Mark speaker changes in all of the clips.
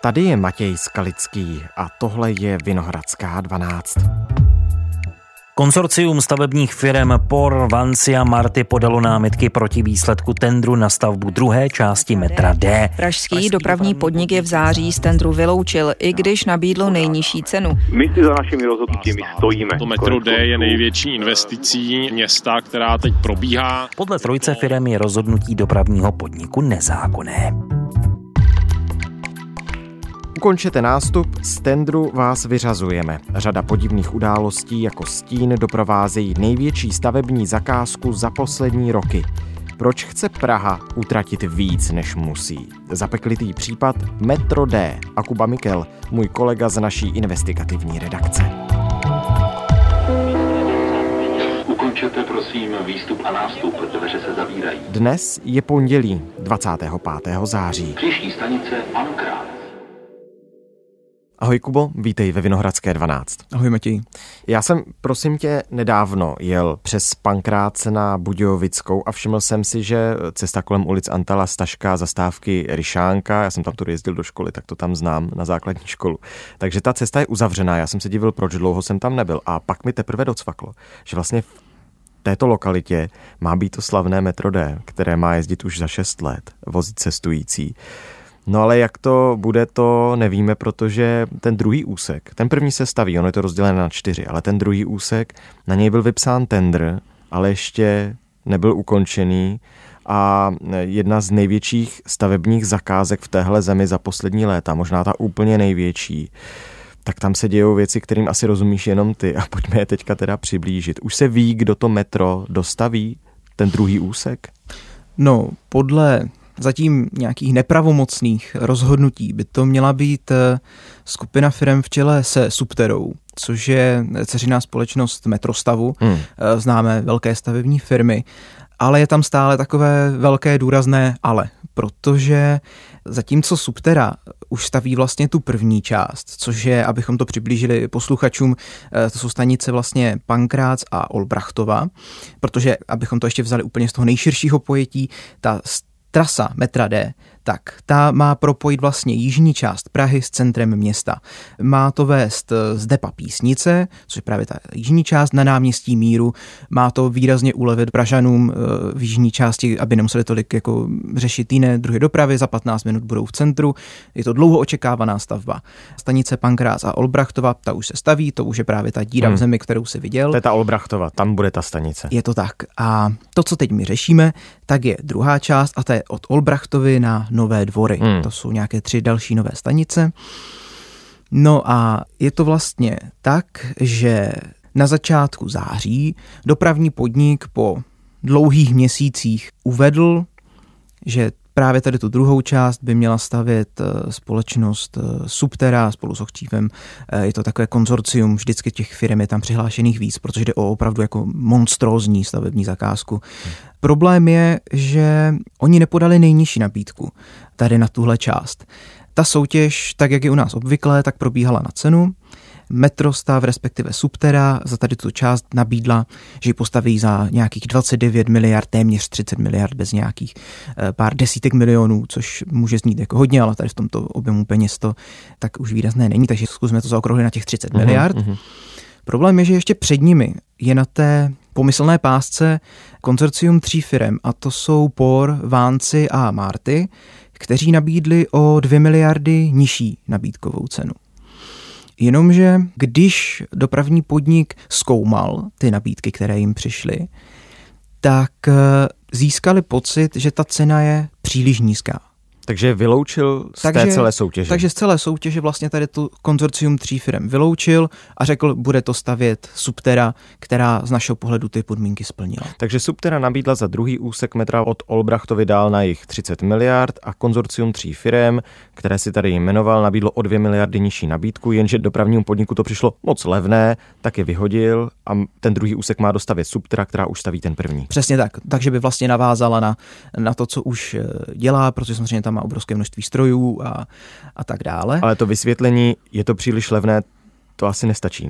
Speaker 1: Tady je Matěj Skalický a tohle je Vinohradská 12.
Speaker 2: Konsorcium stavebních firem POR, Vancia, Marty podalo námitky proti výsledku tendru na stavbu druhé části metra D.
Speaker 3: Pražský dopravní podnik je v září z tendru vyloučil, i když nabídlo nejnižší cenu.
Speaker 4: My si za našimi rozhodnutími stojíme.
Speaker 5: To metro D je největší investicí města, která teď probíhá.
Speaker 2: Podle trojice firem je rozhodnutí dopravního podniku nezákonné.
Speaker 1: Ukončete nástup, z tendru vás vyřazujeme. Řada podivných událostí jako stín doprovázejí největší stavební zakázku za poslední roky. Proč chce Praha utratit víc, než musí? Zapeklitý případ Metro D a Kuba Mikel, můj kolega z naší investigativní redakce.
Speaker 6: Ukončete prosím výstup a nástup, dveře se zavírají.
Speaker 1: Dnes je pondělí 25. září.
Speaker 6: Příští stanice Pankrác.
Speaker 1: Ahoj Kubo, vítej ve Vinohradské 12.
Speaker 7: Ahoj Matěj.
Speaker 1: Já jsem, prosím tě, nedávno jel přes Pankrác na Budějovickou a všiml jsem si, že cesta kolem ulic Antala Staška, zastávky Ryšánka, já jsem tam tu jezdil do školy, tak to tam znám na základní školu. Takže ta cesta je uzavřená, já jsem se divil, proč dlouho jsem tam nebyl a pak mi teprve docvaklo, že vlastně v této lokalitě má být to slavné metro D, které má jezdit už za 6 let, vozit cestující. No ale jak to bude, to nevíme, protože ten druhý úsek, ten první se staví, ono je to rozdělené na 4, ale ten druhý úsek, na něj byl vypsán tendr, ale ještě nebyl ukončený a jedna z největších stavebních zakázek v téhle zemi za poslední léta, možná ta úplně největší, tak tam se dějou věci, kterým asi rozumíš jenom ty a pojďme je teďka teda přiblížit. Už se ví, kdo to metro dostaví, ten druhý úsek?
Speaker 7: No, podle zatím nějakých nepravomocných rozhodnutí by to měla být skupina firem v čele se Subterou, což je dceřiná společnost Metrostavu, známé velké stavební firmy, ale je tam stále takové velké důrazné ale, protože zatímco Subtera už staví vlastně tu první část, což je, abychom to přiblížili posluchačům, to jsou stanice vlastně Pankrác a Olbrachtova, protože abychom to ještě vzali úplně z toho nejširšího pojetí, ta trasa metra D, tak ta má propojit vlastně jižní část Prahy s centrem města. Má to vést z depa Písnice, což je právě ta jižní část, na náměstí Míru. Má to výrazně ulevit Pražanům v jižní části, aby nemuseli tolik jako řešit jiné druhy dopravy. Za 15 minut budou v centru. Je to dlouho očekávaná stavba. Stanice Pankrác a Olbrachtova, ta už se staví, to už je právě ta díra v zemi, kterou si viděl.
Speaker 1: To je ta Olbrachtova, tam bude ta stanice.
Speaker 7: Je to tak. A to, co teď my řešíme, tak je druhá část a ta je od Olbrachtovy na Nové Dvory. To jsou nějaké 3 další nové stanice. No a je to vlastně tak, že na začátku září dopravní podnik po dlouhých měsících uvedl, že právě tady tu druhou část by měla stavět společnost Subtera spolu s Hochtiefem. Je to takové konzorcium, vždycky těch firm je tam přihlášených víc, protože jde o opravdu jako monstrózní stavební zakázku. Problém je, že oni nepodali nejnižší nabídku tady na tuhle část. Ta soutěž, tak jak je u nás obvyklé, tak probíhala na cenu. Metrostav, respektive Subtera, za tady tu část nabídla, že ji postaví za nějakých 29 miliard, téměř 30 miliard bez nějakých pár desítek milionů, což může znít jako hodně, ale tady v tomto objemu peněz to tak už výrazné není, takže zkusme to zaokrouhlit na těch 30 miliard. Problém je, že ještě před nimi je na té pomyslné pásce konzorcium 3 firem, a to jsou POR, Vanci a Marty, kteří nabídli o 2 miliardy nižší nabídkovou cenu. Jenomže když dopravní podnik zkoumal ty nabídky, které jim přišly, tak získali pocit, že ta cena je příliš nízká.
Speaker 1: Takže vyloučil z té celé soutěže.
Speaker 7: Takže z celé soutěže vlastně tady tu konzorcium 3 firem vyloučil a řekl, bude to stavět Subtera, která z našeho pohledu ty podmínky splnila.
Speaker 1: Takže Subtera nabídla za druhý úsek metra od Olbrachtovy dál na jich 30 miliard a konzorcium 3 firem, které si tady jmenoval, nabídlo o 2 miliardy nižší nabídku, jenže dopravnímu podniku to přišlo moc levné, tak je vyhodil a ten druhý úsek má dostavět Subtera, která už staví ten první.
Speaker 7: Přesně tak, takže by vlastně navázala na to, co už dělá, protože samozřejmě tam má obrovské množství strojů a tak dále.
Speaker 1: Ale to vysvětlení, je to příliš levné, to asi nestačí, ne?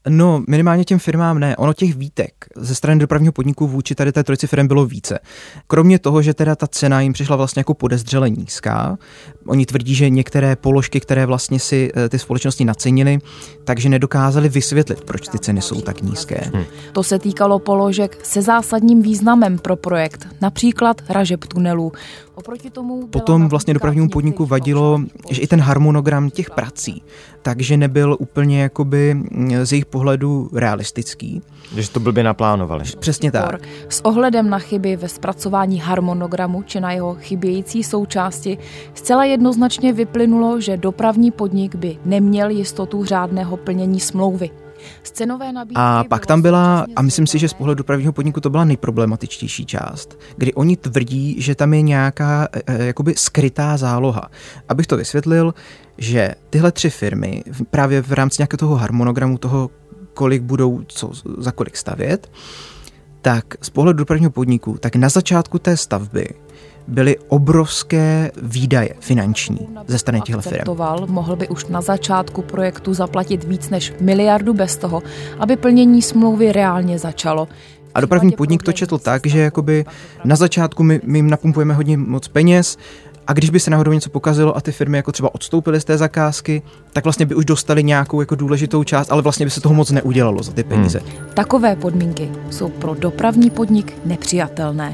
Speaker 7: No, minimálně těm firmám ne. Ono těch výtek ze strany dopravního podniku vůči tady té trojici firm bylo více. Kromě toho, že teda ta cena jim přišla vlastně jako podezřele nízká, oni tvrdí, že některé položky, které vlastně si ty společnosti nacenily, takže nedokázali vysvětlit, proč ty ceny jsou tak nízké.
Speaker 8: To se týkalo položek se zásadním významem pro projekt, například ražeb tunelů. Oproti tomu
Speaker 7: potom vlastně dopravnímu podniku vadilo, že i ten harmonogram těch prací, takže nebyl úplně jakoby z jejich pohledu realistický.
Speaker 1: Že to blbě naplánovali.
Speaker 7: Přesně tak.
Speaker 8: S ohledem na chyby ve zpracování harmonogramu či na jeho chybějící součásti zcela jednoznačně vyplynulo, že dopravní podnik by neměl jistotu řádného plnění smlouvy.
Speaker 7: A pak tam byla, a myslím si, že z pohledu dopravního podniku to byla nejproblematičtější část, kdy oni tvrdí, že tam je nějaká jakoby skrytá záloha. Abych to vysvětlil, že tyhle 3 firmy právě v rámci nějakého toho harmonogramu toho, kolik budou co za kolik stavět, tak z pohledu dopravního podniku, tak na začátku té stavby byly obrovské výdaje finanční ze strany těchto firm.
Speaker 8: Mohl by už na začátku projektu zaplatit víc než 1 miliardu bez toho, aby plnění smlouvy reálně začalo.
Speaker 7: A dopravní podnik to četl tak, že jakoby na začátku my jim napumpujeme hodně moc peněz a když by se náhodou něco pokazilo a ty firmy jako třeba odstoupily z té zakázky, tak vlastně by už dostali nějakou jako důležitou část, ale vlastně by se toho moc neudělalo za ty peníze.
Speaker 8: Takové podmínky jsou pro dopravní podnik nepřijatelné.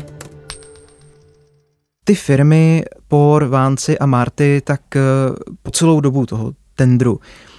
Speaker 7: Ty firmy Por, Vinci a Marti tak po celou dobu toho tendru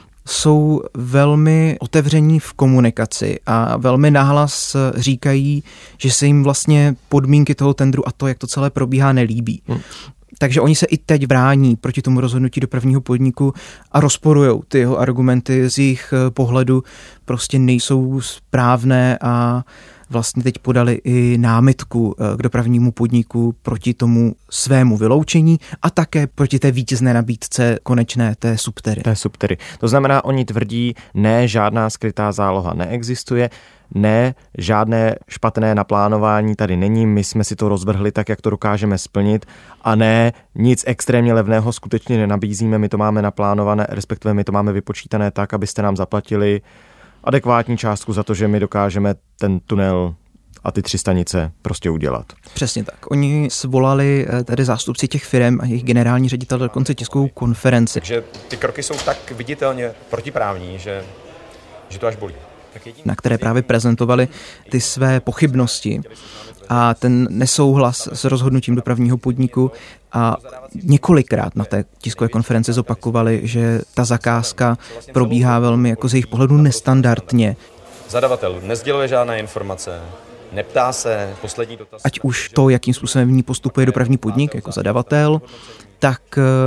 Speaker 7: jsou velmi otevření v komunikaci a velmi nahlas říkají, že se jim vlastně podmínky toho tendru a to, jak to celé probíhá, nelíbí. Takže oni se i teď brání proti tomu rozhodnutí dopravního podniku a rozporujou ty jeho argumenty z jejich pohledu, prostě nejsou správné a vlastně teď podali i námitku k dopravnímu podniku proti tomu svému vyloučení a také proti té vítězné nabídce konečné té subtery.
Speaker 1: To znamená, oni tvrdí, ne, žádná skrytá záloha neexistuje, ne, žádné špatné naplánování tady není, my jsme si to rozvrhli tak, jak to dokážeme splnit a ne, nic extrémně levného skutečně nenabízíme, my to máme naplánované, respektive my to máme vypočítané tak, abyste nám zaplatili adekvátní částku za to, že my dokážeme ten tunel a ty 3 stanice prostě udělat.
Speaker 7: Přesně tak. Oni svolali tady zástupci těch firm a jejich generální ředitel dokonce tiskovou konferenci.
Speaker 9: Takže ty kroky jsou tak viditelně protiprávní, že to až bolí.
Speaker 7: Na které právě prezentovali ty své pochybnosti a ten nesouhlas s rozhodnutím dopravního podniku a několikrát na té tiskové konferenci zopakovali, že ta zakázka probíhá velmi jako z jejich pohledu nestandardně.
Speaker 9: Zadavatel nesděluje žádné informace, neptá se, poslední dotaz.
Speaker 7: Ať už to, jakým způsobem v ní postupuje dopravní podnik jako zadavatel, tak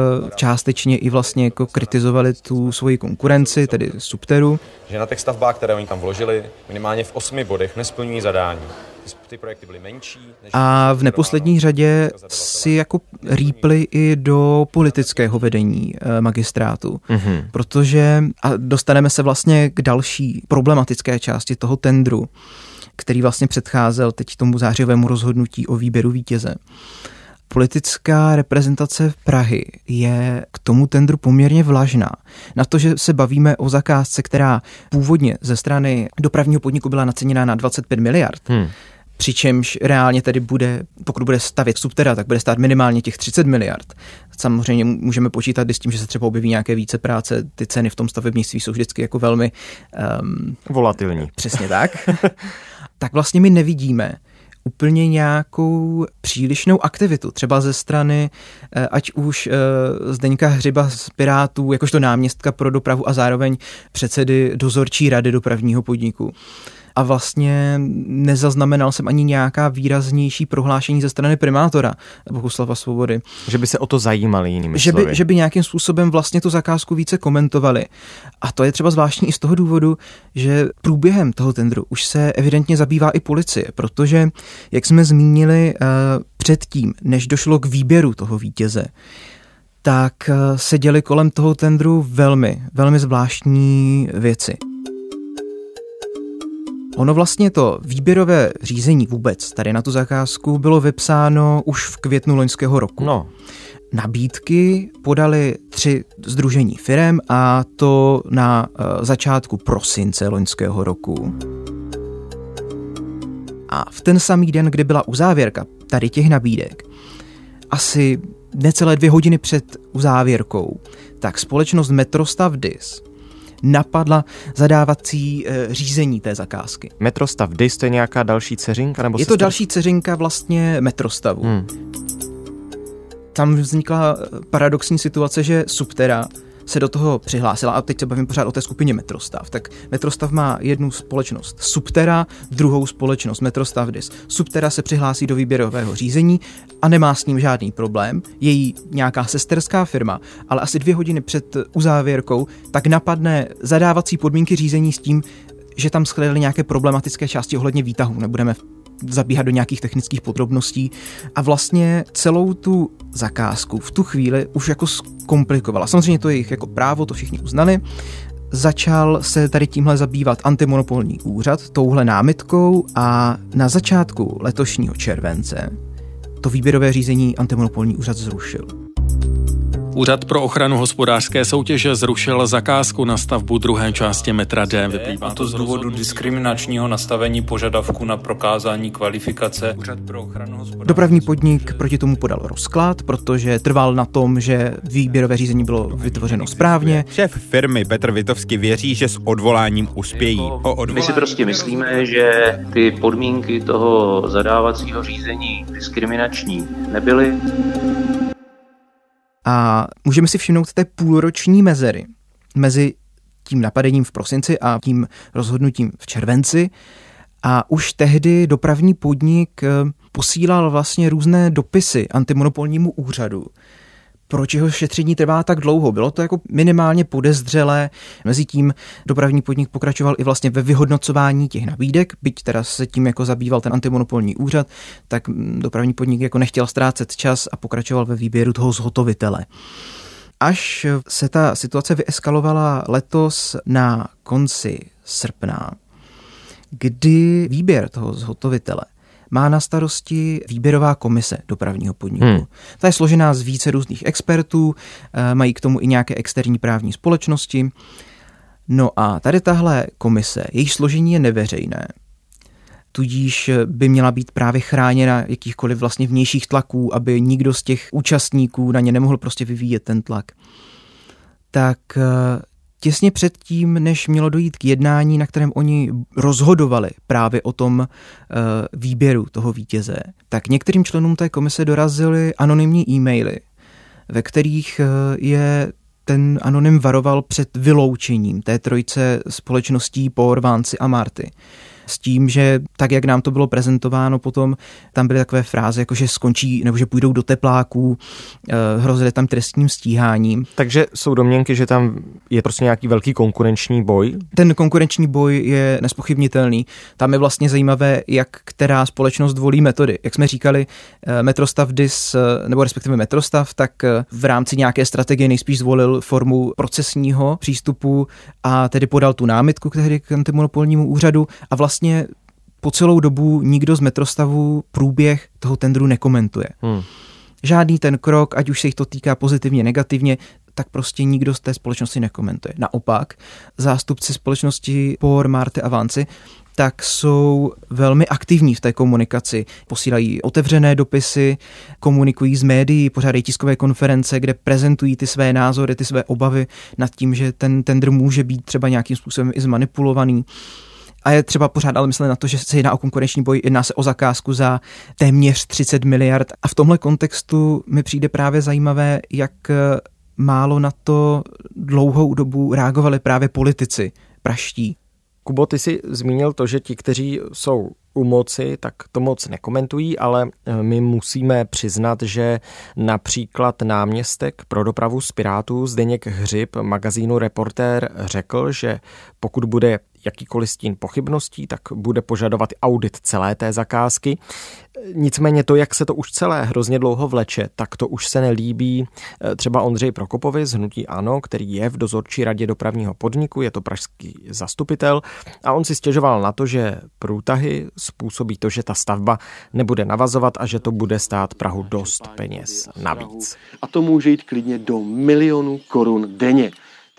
Speaker 7: částečně i vlastně jako kritizovali tu svoji konkurenci, tedy Subteru.
Speaker 9: Že na těch stavbách, které oni tam vložili, minimálně v 8 bodech nesplňují zadání. Ty projekty byly menší.
Speaker 7: A v neposlední řadě si jako rýpli i do politického vedení magistrátu, protože a dostaneme se vlastně k další problematické části toho tendru, který vlastně předcházel teď tomu zářivému rozhodnutí o výběru vítěze. Politická reprezentace Prahy je k tomu tendru poměrně vlažná. Na to, že se bavíme o zakázce, která původně ze strany dopravního podniku byla naceněná na 25 miliard, přičemž reálně tedy bude, pokud bude stavět Subtera, tak bude stát minimálně těch 30 miliard. Samozřejmě můžeme počítat i s tím, že se třeba objeví nějaké více práce, ty ceny v tom stavebnictví jsou vždycky jako velmi
Speaker 1: volatilní.
Speaker 7: Přesně tak. Tak vlastně my nevidíme úplně nějakou přílišnou aktivitu, třeba ze strany ať už Zdeňka Hřiba z Pirátů, jakožto náměstka pro dopravu a zároveň předsedy dozorčí rady dopravního podniku. A vlastně nezaznamenal jsem ani nějaká výraznější prohlášení ze strany primátora Bohuslava Svobody.
Speaker 1: Že by se o to zajímali, jinými slovy.
Speaker 7: Že by nějakým způsobem vlastně tu zakázku více komentovali. A to je třeba zvláštní i z toho důvodu, že průběhem toho tendru už se evidentně zabývá i policie, protože, jak jsme zmínili předtím, než došlo k výběru toho vítěze, tak se děly kolem toho tendru velmi, velmi zvláštní věci. Ono vlastně to výběrové řízení vůbec tady na tu zakázku bylo vypsáno už v květnu loňského roku.
Speaker 1: No.
Speaker 7: Nabídky podali 3 sdružení firem a to na začátku prosince loňského roku. A v ten samý den, kdy byla uzávěrka tady těch nabídek, asi necelé 2 hodiny před uzávěrkou, tak společnost Metrostav DIS napadla zadávací řízení té zakázky.
Speaker 1: Metrostav DIS, to je nějaká další dceřinka? Nebo
Speaker 7: je to další dceřinka vlastně Metrostavu. Tam vznikla paradoxní situace, že Subtera se do toho přihlásila, a teď se bavím pořád o té skupině Metrostav. Tak Metrostav má jednu společnost Subtera, druhou společnost Metrostav DIS. Subtera se přihlásí do výběrového řízení a nemá s ním žádný problém. Je jí nějaká sesterská firma, ale asi 2 hodiny před uzávěrkou tak napadne zadávací podmínky řízení s tím, že tam shledaly nějaké problematické části ohledně výtahu. Nebudeme zabíhat do nějakých technických podrobností a vlastně celou tu zakázku v tu chvíli už jako zkomplikovala. Samozřejmě to je jejich jako právo, to všichni uznali. Začal se tady tímhle zabývat antimonopolní úřad touhle námitkou a na začátku letošního července to výběrové řízení antimonopolní úřad zrušil.
Speaker 10: Úřad pro ochranu hospodářské soutěže zrušil zakázku na stavbu druhé části metra D.
Speaker 11: A to z důvodu diskriminačního nastavení požadavku na prokázání kvalifikace. Úřad pro ochranu hospodářské
Speaker 7: Dopravní podnik proti tomu podal rozklad, protože trval na tom, že výběrové řízení bylo vytvořeno správně.
Speaker 12: Šéf firmy Petr Vitovský věří, že s odvoláním uspějí.
Speaker 6: My si prostě myslíme, že ty podmínky toho zadávacího řízení diskriminační nebyly.
Speaker 7: A můžeme si všimnout té půlroční mezery mezi tím napadením v prosinci a tím rozhodnutím v červenci. A už tehdy dopravní podnik posílal vlastně různé dopisy antimonopolnímu úřadu. Proč jeho šetření trvá tak dlouho? Bylo to jako minimálně podezřelé. Mezitím dopravní podnik pokračoval i vlastně ve vyhodnocování těch nabídek, byť teda se tím jako zabýval ten antimonopolní úřad, tak dopravní podnik jako nechtěl ztrácet čas a pokračoval ve výběru toho zhotovitele. Až se ta situace vyeskalovala letos na konci srpna, kdy výběr toho zhotovitele má na starosti výběrová komise dopravního podniku. Ta je složená z více různých expertů, mají k tomu i nějaké externí právní společnosti. No a tady tahle komise, její složení je neveřejné, tudíž by měla být právě chráněna jakýchkoliv vlastně vnějších tlaků, aby nikdo z těch účastníků na ně nemohl prostě vyvíjet ten tlak. Tak těsně předtím, než mělo dojít k jednání, na kterém oni rozhodovali právě o tom výběru toho vítěze, tak některým členům té komise dorazily anonymní e-maily, ve kterých je ten anonym varoval před vyloučením té trojice společností POR, Vanci a Marty. S tím, že tak, jak nám to bylo prezentováno potom, tam byly takové fráze, jako že skončí nebo že půjdou do tepláků, hrozili tam trestním stíháním.
Speaker 1: Takže jsou domněnky, že tam je prostě nějaký velký konkurenční boj?
Speaker 7: Ten konkurenční boj je nespochybnitelný. Tam je vlastně zajímavé, jak která společnost volí metody. Jak jsme říkali, Metrostav DIS, nebo respektive Metrostav, tak v rámci nějaké strategie nejspíš zvolil formu procesního přístupu a tedy podal tu námitku k antimonopolnímu úřadu a vlastně po celou dobu nikdo z Metrostavu průběh toho tendru nekomentuje. Žádný ten krok, ať už se jich to týká pozitivně, negativně, tak prostě nikdo z té společnosti nekomentuje. Naopak, zástupci společnosti POR, Marty a Vanci tak jsou velmi aktivní v té komunikaci. Posílají otevřené dopisy, komunikují s médií, pořádají tiskové konference, kde prezentují ty své názory, ty své obavy nad tím, že ten tendr může být třeba nějakým způsobem i zmanipulovaný. A je třeba pořád ale myslet na to, že se jedná o konkurenční boj, jedná se o zakázku za téměř 30 miliard. A v tomhle kontextu mi přijde právě zajímavé, jak málo na to dlouhou dobu reagovali právě politici praští.
Speaker 1: Kubo, ty jsi zmínil to, že ti, kteří jsou u moci, tak to moc nekomentují, ale my musíme přiznat, že například náměstek pro dopravu z Pirátů Zdeněk Hřib magazínu Reportér řekl, že pokud bude jakýkoliv stín pochybností, tak bude požadovat audit celé té zakázky. Nicméně to, jak se to už celé hrozně dlouho vleče, tak to už se nelíbí třeba Ondřeji Prokopovi z hnutí ANO, který je v dozorčí radě dopravního podniku, je to pražský zastupitel a on si stěžoval na to, že průtahy způsobí to, že ta stavba nebude navazovat a že to bude stát Prahu dost peněz navíc.
Speaker 13: A to může jít klidně do milionů korun denně.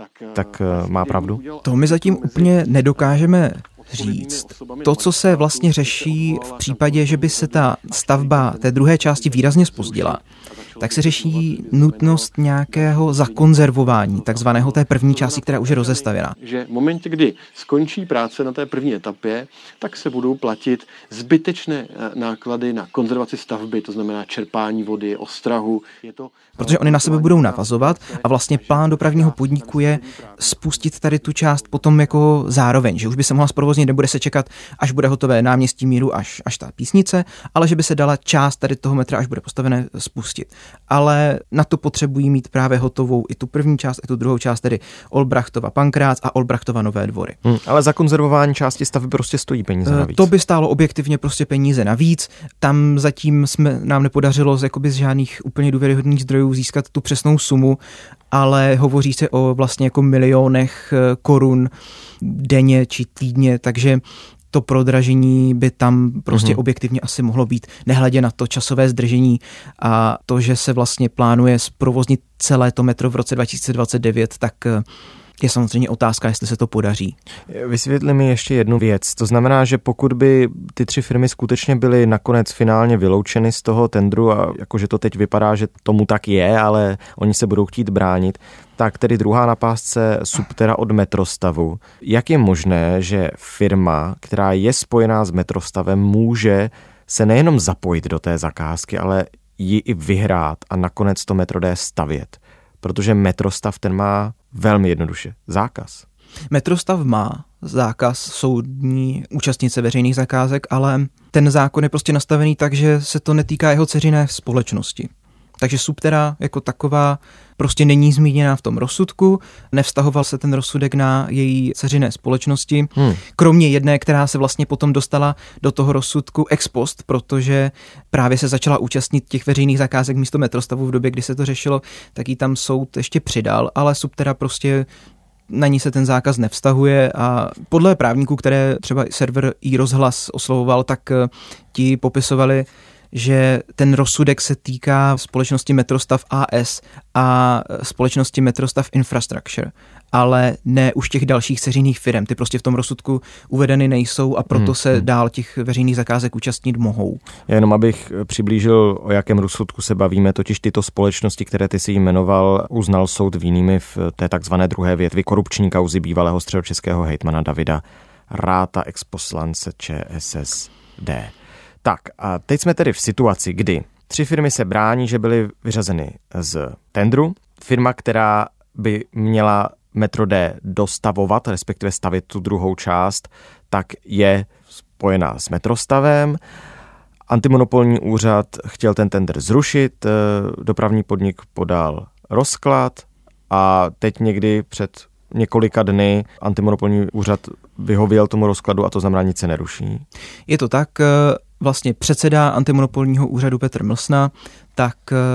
Speaker 1: Tak má pravdu?
Speaker 7: To my zatím úplně nedokážeme říct. To, co se vlastně řeší v případě, že by se ta stavba té druhé části výrazně zpozdila, tak se řeší nutnost nějakého zakonzervování, takzvaného té první části, která už je rozestavěná.
Speaker 13: Že v momentě, kdy skončí práce na té první etapě, tak se budou platit zbytečné náklady na konzervaci stavby, to znamená čerpání vody, ostrahu.
Speaker 7: Protože oni na sebe budou navazovat a vlastně plán dopravního podniku je spustit tady tu část potom jako zároveň, že už by se mohla zprovoznit, nebude se čekat, až bude hotové náměstí Míru, až ta Písnice, ale že by se dala část tady toho metra, až bude postavené, spustit. Ale na to potřebují mít právě hotovou i tu první část, i tu druhou část, tedy Olbrachtova Pankrác a Olbrachtova Nové Dvory.
Speaker 1: Ale zakonzervování části stavby prostě stojí peníze navíc.
Speaker 7: To by stálo objektivně prostě peníze navíc. Tam zatím nám nepodařilo z žádných úplně důvěryhodných zdrojů získat tu přesnou sumu, ale hovoří se o vlastně jako milionech korun denně či týdně, takže to prodražení by tam prostě objektivně asi mohlo být, nehledě na to časové zdržení a to, že se vlastně plánuje zprovoznit celé to metro v roce 2029, tak je samozřejmě otázka, jestli se to podaří.
Speaker 1: Vysvětli mi ještě jednu věc. To znamená, že pokud by ty 3 firmy skutečně byly nakonec finálně vyloučeny z toho tendru a jakože to teď vypadá, že tomu tak je, ale oni se budou chtít bránit, tak tedy druhá na pásce Subterra od Metrostavu. Jak je možné, že firma, která je spojená s Metrostavem, může se nejenom zapojit do té zakázky, ale ji i vyhrát a nakonec to metro jde stavět? Protože Metrostav ten má velmi jednoduše zákaz.
Speaker 7: Metrostav má zákaz soudní účastnice veřejných zakázek, ale ten zákon je prostě nastavený tak, že se to netýká jeho dceřiné společnosti. Takže Subterra jako taková prostě není zmíněná v tom rozsudku, nevztahoval se ten rozsudek na její dceřiné společnosti, kromě jedné, která se vlastně potom dostala do toho rozsudku ex post, protože právě se začala účastnit těch veřejných zakázek místo Metrostavu v době, kdy se to řešilo, tak jí tam soud ještě přidal, ale Subterra prostě na ní se ten zákaz nevztahuje a podle právníků, které třeba server iRozhlas oslovoval, tak ti popisovali, že ten rozsudek se týká společnosti Metrostav AS a společnosti Metrostav Infrastructure, ale ne už těch dalších dceřiných firem. Ty prostě v tom rozsudku uvedeny nejsou a proto se dál těch veřejných zakázek účastnit mohou.
Speaker 1: Jenom abych přiblížil, o jakém rozsudku se bavíme, totiž tyto společnosti, které ty si jmenoval, uznal soud vinnými v té takzvané druhé větvi korupční kauzy bývalého středočeského hejtmana Davida Ratha, exposlance ČSSD. Tak a teď jsme tedy v situaci, kdy 3 firmy se brání, že byly vyřazeny z tendru. Firma, která by měla metro D dostavovat, respektive stavět tu druhou část, tak je spojená s Metrostavem. Antimonopolní úřad chtěl ten tender zrušit, dopravní podnik podal rozklad a teď někdy před několika dny antimonopolní úřad vyhověl tomu rozkladu a to znamená, nic se neruší.
Speaker 7: Je to tak, vlastně předseda antimonopolního úřadu Petr Mlsna tak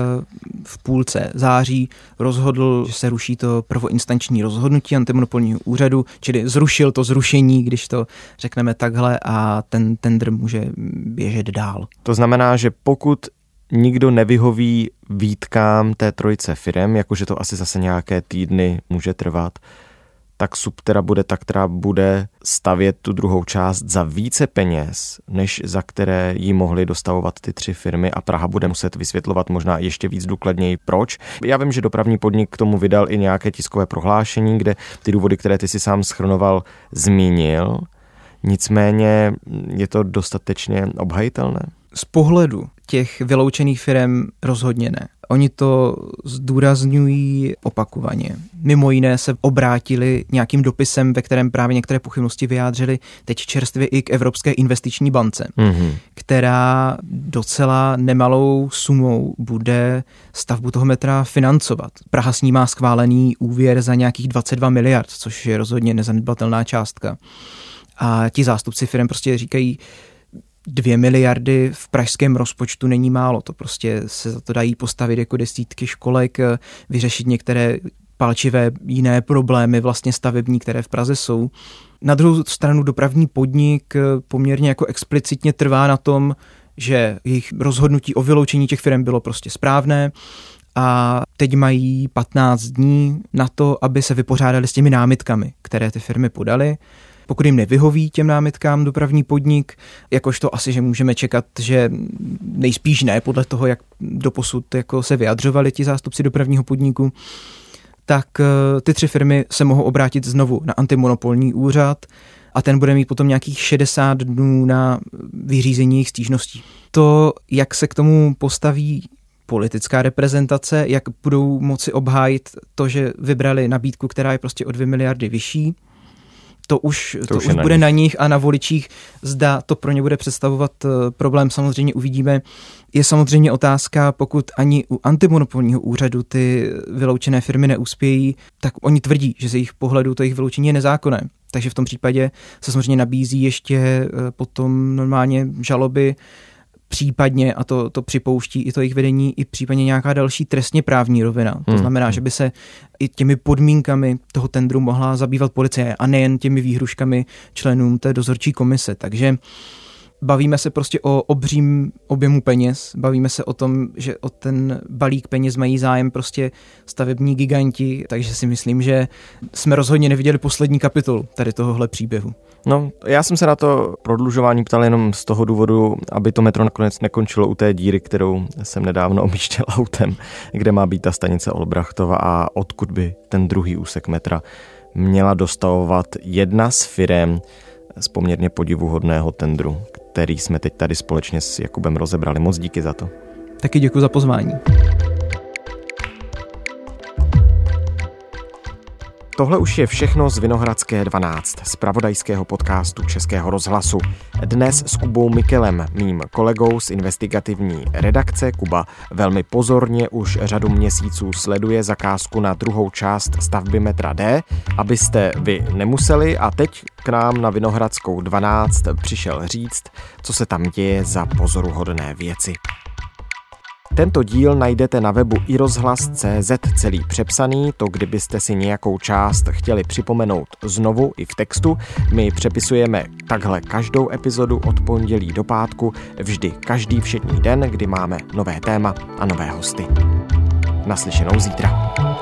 Speaker 7: v půlce září rozhodl, že se ruší to prvoinstanční rozhodnutí antimonopolního úřadu, čili zrušil to zrušení, když to řekneme takhle, a ten tendr může běžet dál.
Speaker 1: To znamená, že pokud nikdo nevyhoví výtkám té trojice firem, jakože to asi zase nějaké týdny může trvat, tak Subterra bude ta, která bude stavět tu druhou část za více peněz, než za které jí mohly dostavovat ty 3 firmy a Praha bude muset vysvětlovat možná ještě víc důkladněji proč. Já vím, že dopravní podnik k tomu vydal i nějaké tiskové prohlášení, kde ty důvody, které ty si sám shrnoval, zmínil. Nicméně je to dostatečně obhajitelné.
Speaker 7: Z pohledu těch vyloučených firem rozhodně ne. Oni to zdůrazňují opakovaně. Mimo jiné se obrátili nějakým dopisem, ve kterém právě některé pochybnosti vyjádřili teď čerstvě i k Evropské investiční bance, která docela nemalou sumou bude stavbu toho metra financovat. Praha s ní má schválený úvěr za nějakých 22 miliard, což je rozhodně nezanedbatelná částka. A ti zástupci firem prostě říkají, 2 miliardy v pražském rozpočtu není málo, to prostě se za to dají postavit jako desítky školek, vyřešit některé palčivé jiné problémy vlastně stavební, které v Praze jsou. Na druhou stranu dopravní podnik poměrně jako explicitně trvá na tom, že jejich rozhodnutí o vyloučení těch firm bylo prostě správné a teď mají 15 dní na to, aby se vypořádali s těmi námitkami, které ty firmy podaly. Pokud jim nevyhoví těm námitkám dopravní podnik, jakožto asi, že můžeme čekat, že nejspíš ne, podle toho, jak doposud jako se vyjadřovali ti zástupci dopravního podniku, tak ty 3 firmy se mohou obrátit znovu na antimonopolní úřad a ten bude mít potom nějakých 60 dnů na vyřízení jejich stížností. To, jak se k tomu postaví politická reprezentace, jak budou moci obhájit to, že vybrali nabídku, která je prostě o 2 miliardy vyšší, to už bude na nich a na voličích, zda to pro ně bude představovat problém, samozřejmě uvidíme. Je samozřejmě otázka, pokud ani u antimonopolního úřadu ty vyloučené firmy neuspějí, tak oni tvrdí, že z jejich pohledu to jejich vyloučení je nezákonné. Takže v tom případě se samozřejmě nabízí ještě potom normálně žaloby, případně, a to připouští i to jejich vedení, i případně nějaká další trestně právní rovina. To znamená, že by se i těmi podmínkami toho tendru mohla zabývat policie a nejen těmi výhruškami členům té dozorčí komise. Takže bavíme se prostě o obřím objemu peněz, bavíme se o tom, že o ten balík peněz mají zájem prostě stavební giganti, takže si myslím, že jsme rozhodně neviděli poslední kapitolu tady tohohle příběhu.
Speaker 1: No, já jsem se na to prodlužování ptal jenom z toho důvodu, aby to metro nakonec nekončilo u té díry, kterou jsem nedávno objížděl autem, kde má být ta stanice Olbrachtova a odkud by ten druhý úsek metra měla dostavovat jedna z firem z poměrně podivuhodného tendru, který jsme teď tady společně s Jakubem rozebrali. Moc díky za to.
Speaker 7: Taky děkuji za pozvání.
Speaker 1: Tohle už je všechno z Vinohradské 12, z zpravodajského podcastu Českého rozhlasu. Dnes s Kubou Mikelem, mým kolegou z investigativní redakce. Kuba velmi pozorně už řadu měsíců sleduje zakázku na druhou část stavby metra D, abyste vy nemuseli, a teď k nám na Vinohradskou 12 přišel říct, co se tam děje za pozoruhodné věci. Tento díl najdete na webu iRozhlas.cz celý přepsaný, to kdybyste si nějakou část chtěli připomenout znovu i v textu. My přepisujeme takhle každou epizodu od pondělí do pátku, vždy každý všední den, kdy máme nové téma a nové hosty. Naslyšenou zítra.